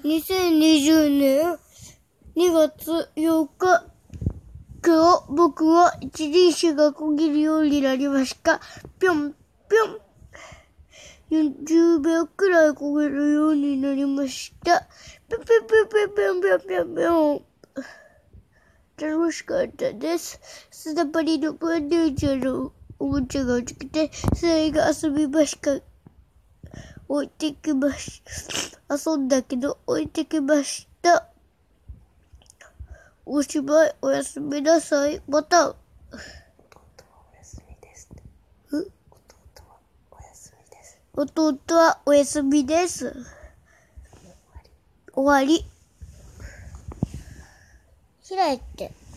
2020年2月8日、今日僕は一輪車がこぎるようになりました。ぴょんぴょん。40秒くらいこげるようになりました。ぴょんぴょんぴょんぴょんぴょんぴょんぴょんぴょん。楽しかったです。スタパリのバンデージャーのおもちゃが落ちてきて、それが遊びました。置いてきました。遊んだけど置いてきました。おしまい。おやすみなさい。また。 弟はおやすみです。弟はおやすみです。 弟はおやすみです。終わり。開いて。